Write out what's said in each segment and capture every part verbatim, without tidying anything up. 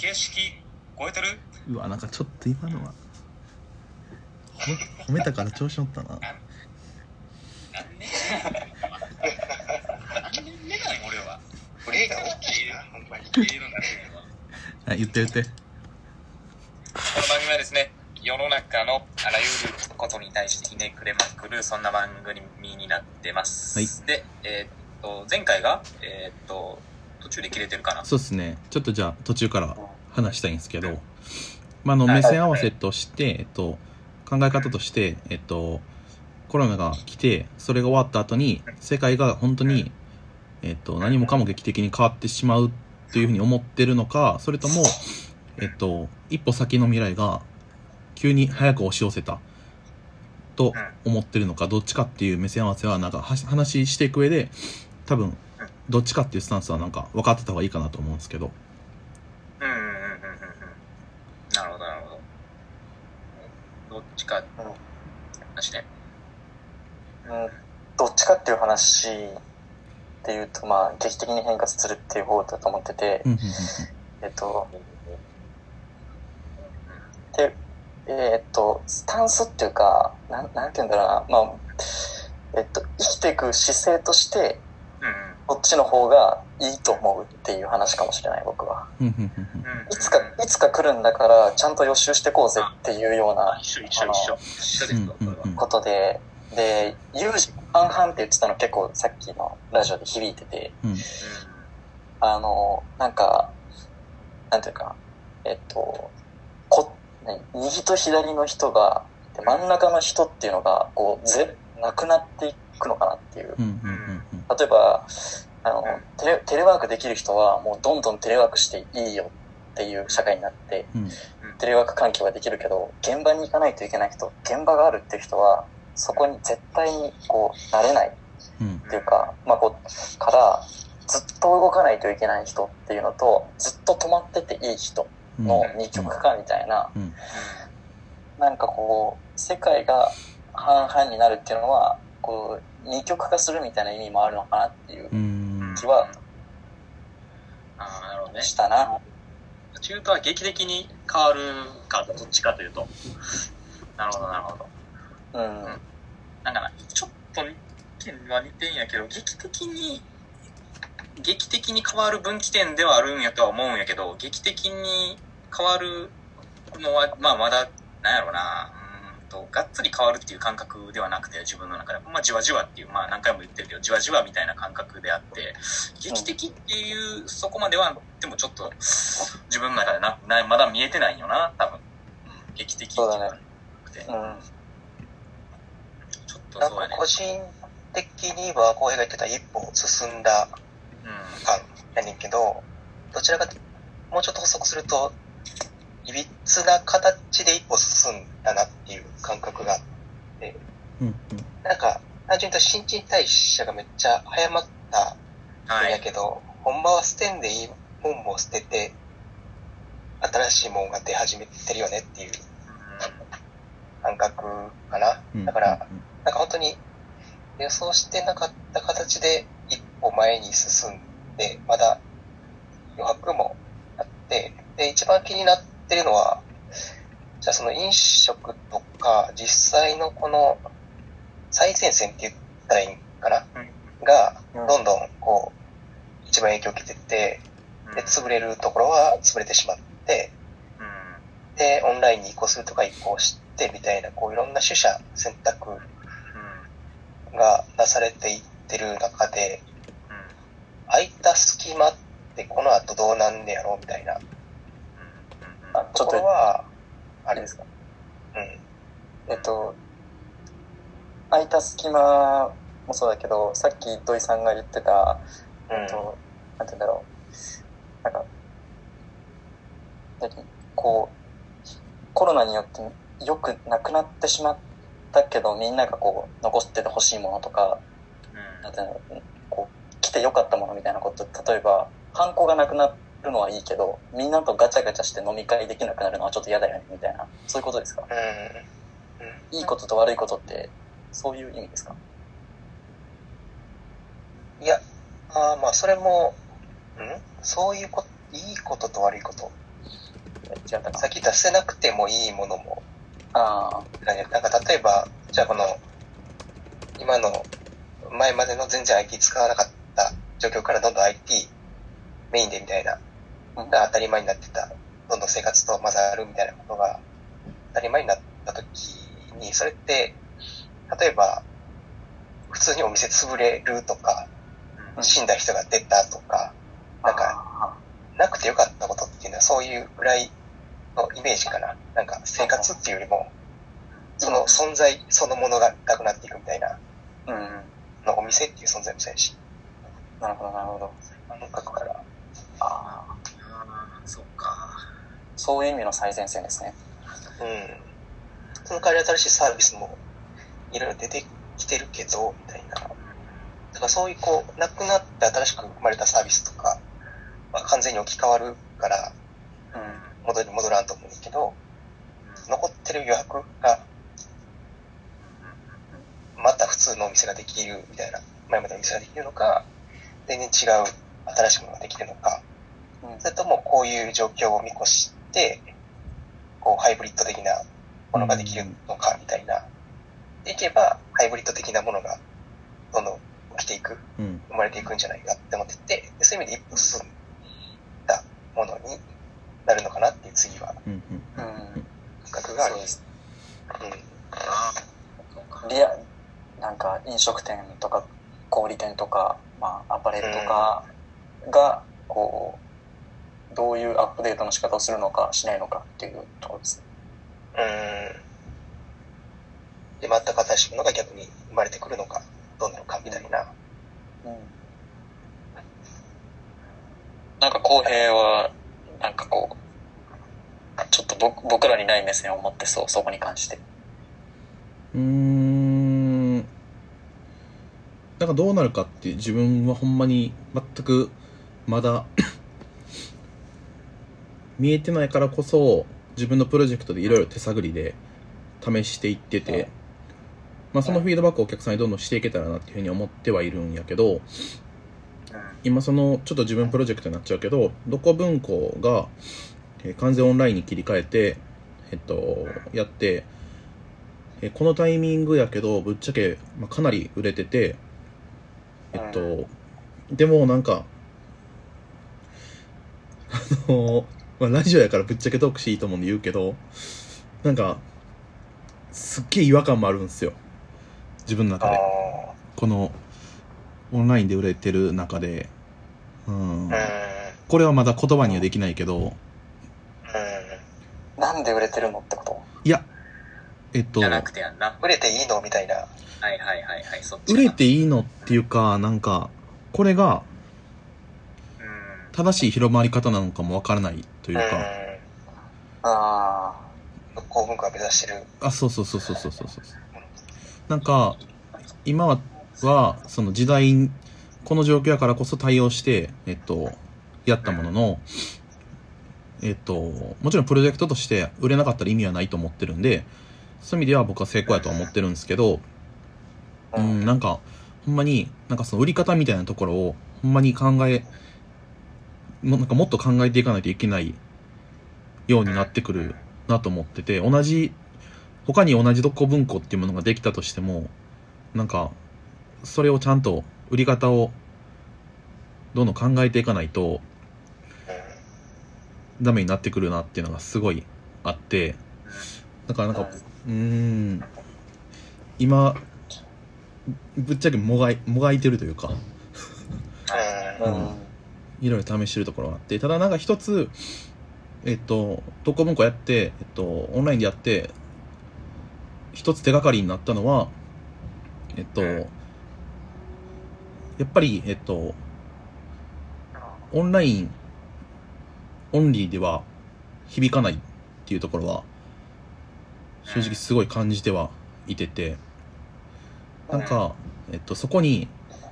形式超えてる？ うわ、なんかちょっと今のは褒め、褒めたから調子乗ったな。 何年何年目なん俺は。 俺が大きいな、ほんまに。 いいのなっていうのは。 はい、言って言って。 この番組はですね、世の中のあらゆることに対してひねくれまくる、そんな番組になってます。 はい。 で、えー、っと前回がえー、っと途中で切れてるかな。 そうですね。ちょっとじゃあ途中から話したいんですけど、まあ、あの目線合わせとして、えっと、考え方として、えっと、コロナが来てそれが終わった後に世界が本当に、えっと、何もかも劇的に変わってしまうというふうに思ってるのか、それとも、えっと、一歩先の未来が急に早く押し寄せたと思ってるのか、どっちかっていう目線合わせはなんか話していく上で多分どっちかっていうスタンスはなんか分かってた方がいいかなと思うんですけど。 うんうんうんうんうん。なるほどなるほど。どっちか話ね。 うん、どっちかっていう話っていうと、まあ劇的に変化するっていう方だと思ってて、えっとでえっとスタンスっていうか、なんなんていうんだろうな、まあえっと生きていく姿勢として、 うんうん、 こっちの方がいいと思うっていう話かもしれない、僕は。いつかいつか来るんだからちゃんと予習してこうぜっていうような一緒一緒一緒一緒ですよ、それは。 ことで、で有事半々って言ってたの結構さっきのラジオで響いてて、うん、あのなんかなんていうかえっとこ右と左の人がで真ん中の人っていうのがこうぜなくなっていくのかなっていう。例えばあのテレ、テレワークできる人はもうどんどんテレワークしていいよっていう社会になって、うん、テレワーク環境ができるけど現場に行かないといけない人、現場があるっていう人はそこに絶対にこうなれないっていうか、うん、まあこうからずっと動かないといけない人っていうのとずっと止まってていい人の二極化みたいな、うんうん、なんかこう世界が半々になるっていうのはこう二極化するみたいな意味もあるのかなっていう気はしたな。 中途は劇的に変わるかどっちかというと、なるほどなるほど。うん。うん、なんかな、ちょっと意見は似てんやけど、劇的に劇的に変わる分岐点ではあるんやとは思うんやけど、劇的に変わるのはまあまだなんやろうな。とがっつり変わるっていう感覚ではなくて、自分の中でまあじわじわっていう、まあ何回も言ってるけどじわじわみたいな感覚であって、劇的っていうそこまではでもちょっと自分の中でななまだ見えてないよな多分、うん、劇的っていうのがなくて、そうだね、うん、 ちょっとそうやね。なんか個人的には浩平が言ってた一歩進んだ感やねんけど、どちらかもうちょっと補足するといびつな形で一歩進んだなっていう感覚があって、うんうん、なんか単純に言うと新陳代謝がめっちゃ早まったんやけど、はい、ほんまは捨てんでいいもんも捨てて新しいもんが出始めてるよねっていう感覚かな、うん、だからなんか本当に予想してなかった形で一歩前に進んでまだ余白もあって、で一番気になってっていうのは、じゃあその飲食とか実際のこの最前線って言ったらいいんかな、うん、がどんどんこう一番影響を受けてってで潰れるところは潰れてしまって、うん、でオンラインに移行するとか移行してみたいなこういろんな取捨選択がなされていってる中で、うん、空いた隙間ってこの後どうなんねやろうみたいな。 あ、ちょっとはあれですか。うん。えっと空いた隙間もそうだけど、さっき土井さんが言ってた、うん、えっとなんて言うんだろう、なんかこうコロナによってよくなくなってしまったけどみんながこう残しててほしいものとか、うん、なんて言うんだろう、こう来てよかったものみたいなこと、例えばハンコがなくなってるのはいいけどみんなとガチャガチャして飲み会できなくなるのはちょっと嫌だよねみたいな、そういうことですか。うん、うん、いいことと悪いことってそういう意味ですか。 いや、あまあそれも、うん、そういうこと、いいことと悪いこと、 違ったか先出せなくてもいいものも、 あなんか例えば、じゃあこの、今の前までの全然 アイティー 使わなかった状況からどんどん アイティー メインでみたいな、が当たり前になってた、どんどん生活と混ざるみたいなことが当たり前になった時に、それって、例えば、普通にお店潰れるとか、死んだ人が出たとか、なんか、なくてよかったことっていうのはそういうぐらいのイメージかな。なんか生活っていうよりも、その存在そのものがなくなっていくみたいな、うん、のお店っていう存在もそうやし。 なるほど、なるほど。 感覚から。 ああ、そうか。 そういう意味の最前線ですね。 うん。その代わり新しいサービスもいろいろ出てきてるけど、みたいな。だからそういうこう、なくなって新しく生まれたサービスとか、まあ、完全に置き換わるから、うん、戻り戻らんと思うんですけど、うん、残ってる余白が、また普通のお店ができるみたいな、前までのお店ができるのか、全然違う新しいものができるのか、うん、それともこういう状況を見越して、こうハイブリッド的なものができるのかみたいな。でいけば、ハイブリッド的なものがどんどん起きていく、うん、生まれていくんじゃないかって思ってて、でそういう意味で一歩進んだものになるのかなっていう次は、うんうん、感覚があるんです。 うん、リアなんか飲食店とか小売店とか、まあ、アパレルとかがこうどういうアップデートの仕方をするのかしないのかっていうところです。 うん。で、全く新しいものが逆に生まれてくるのかどうなのかみたいな。うん。 なんか公平はなんかこうちょっと僕僕らにない目線を持ってそう、そこに関して。 うーん。なんかどうなるかって自分はほんまに全くまだ見えてないからこそ自分のプロジェクトでいろいろ手探りで試していってて、まあそのフィードバックをお客さんにどんどんしていけたらなっていうふうに思ってはいるんやけど、今そのちょっと自分プロジェクトになっちゃうけど、どこ文庫が完全オンラインに切り替えてえっとやって、このタイミングやけどぶっちゃけまあかなり売れてて、えっとでもなんかあのまあラジオやからぶっちゃけトークしていいと思うんで言うけど、なんかすっげえ違和感もあるんですよ、自分の中で。このオンラインで売れてる中で、うん、これはまだ言葉にはできないけど、 なんで売れてるのってこと？ いや、えっとじゃなくてやんな、 売れていいのみたいな。 はいはいはいはい、そっち。 売れていいのっていうか、なんかこれが正しい広まり方なのかもわからないというか、うん、 ああ、公文化を目指してる。 あ、そうそうそうそうそうそうそう。なんか今ははその時代、この状況やからこそ対応してえっとやったものの、えっともちろんプロジェクトとして売れなかったら意味はないと思ってるんで、そういう意味では僕は成功やとは思ってるんですけど、うん、なんかほんまになんかその売り方みたいなところをほんまに考えもなんかもっと考えていかないといけないようになってくるなと思ってて、同じ他に同じどこ文庫っていうものができたとしても、なんかそれをちゃんと売り方をどんどん考えていかないとダメになってくるなっていうのがすごいあって、だからなんかうーん今ぶっちゃけもがいもがいてるというかうん、いろいろ試してるところがあって、ただなんか一つえっと特攻文庫やって、えっとオンラインでやって一つ手がかりになったのは、えっとやっぱりえっとオンラインオンリーでは響かないっていうところは正直すごい感じてはいてて、なんかえっとそこに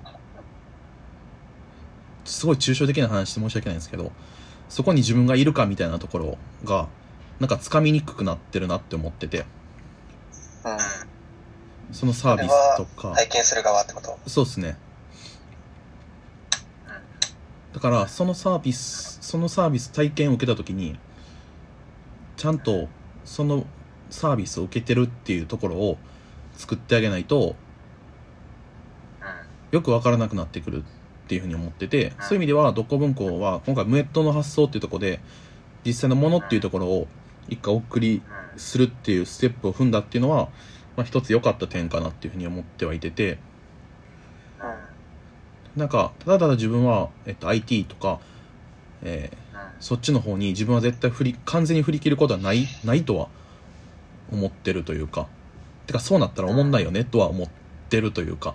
すごい抽象的な話で申し訳ないんですけど、そこに自分がいるかみたいなところがなんか掴みにくくなってるなって思ってて、うん、そのサービスとか体験する側ってこと？ そうですね。だからそのサービスそのサービス体験を受けた時にちゃんとそのサービスを受けてるっていうところを作ってあげないとよく分からなくなってくるっていうふうに思ってて、そういう意味では独行文庫は今回ムエットの発想っていうところで実際のものっていうところを一回お送りするっていうステップを踏んだっていうのは、まあ、一つ良かった点かなっていうふうに思ってはいてて、なんかただただ自分は、えっと、アイティー とか、えー、そっちの方に自分は絶対振り完全に振り切ることはないないとは思ってるというか、てかそうなったら思んないよねとは思ってるというか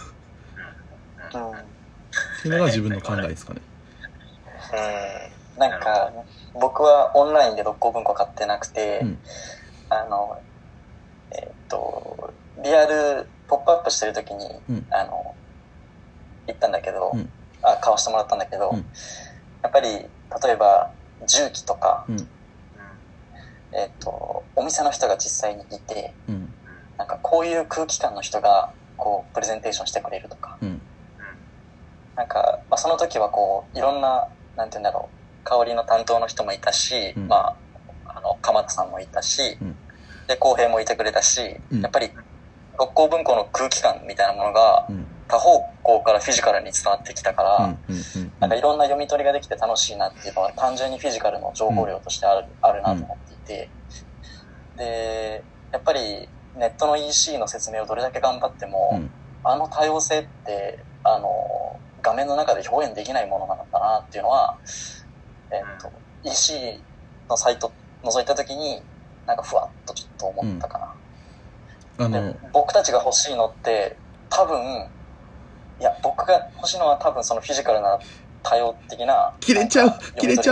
っていうのが自分の考えですかね。 うん、なんか僕はオンラインで独行文庫買ってなくて、うん、あのえー、っとリアルポップアップしてる時に、うん、あの行ったんだけど、うん、あ買わしてもらったんだけど、うん、やっぱり例えば重機とか、うん、えー、っとお店の人が実際にいて、うん、なんかこういう空気感の人がこうプレゼンテーションしてくれるとか、うん、なんか、まあ、その時はこういろんななんていうんだろう、香りの担当の人もいたし、うん、まああの鎌田さんもいたし、うん、で浩平もいてくれたし、うん、やっぱり独行文庫の空気感みたいなものが、うん、多方向からフィジカルに伝わってきたから、うんうんうん、なんかいろんな読み取りができて楽しいなっていうのは単純にフィジカルの情報量としてある、うん、あるなと思っていて、でやっぱりネットの イーシー の説明をどれだけ頑張っても、うん、あの多様性ってあの画面の中で表現できないものなのかなっていうのは、えー、と イーシー のサイト覗いた時になんかふわっとちょっと思ったかな、うん、あの僕たちが欲しいのって多分いや僕が欲しいのは多分そのフィジカルな多様的な切れちゃう切れちゃう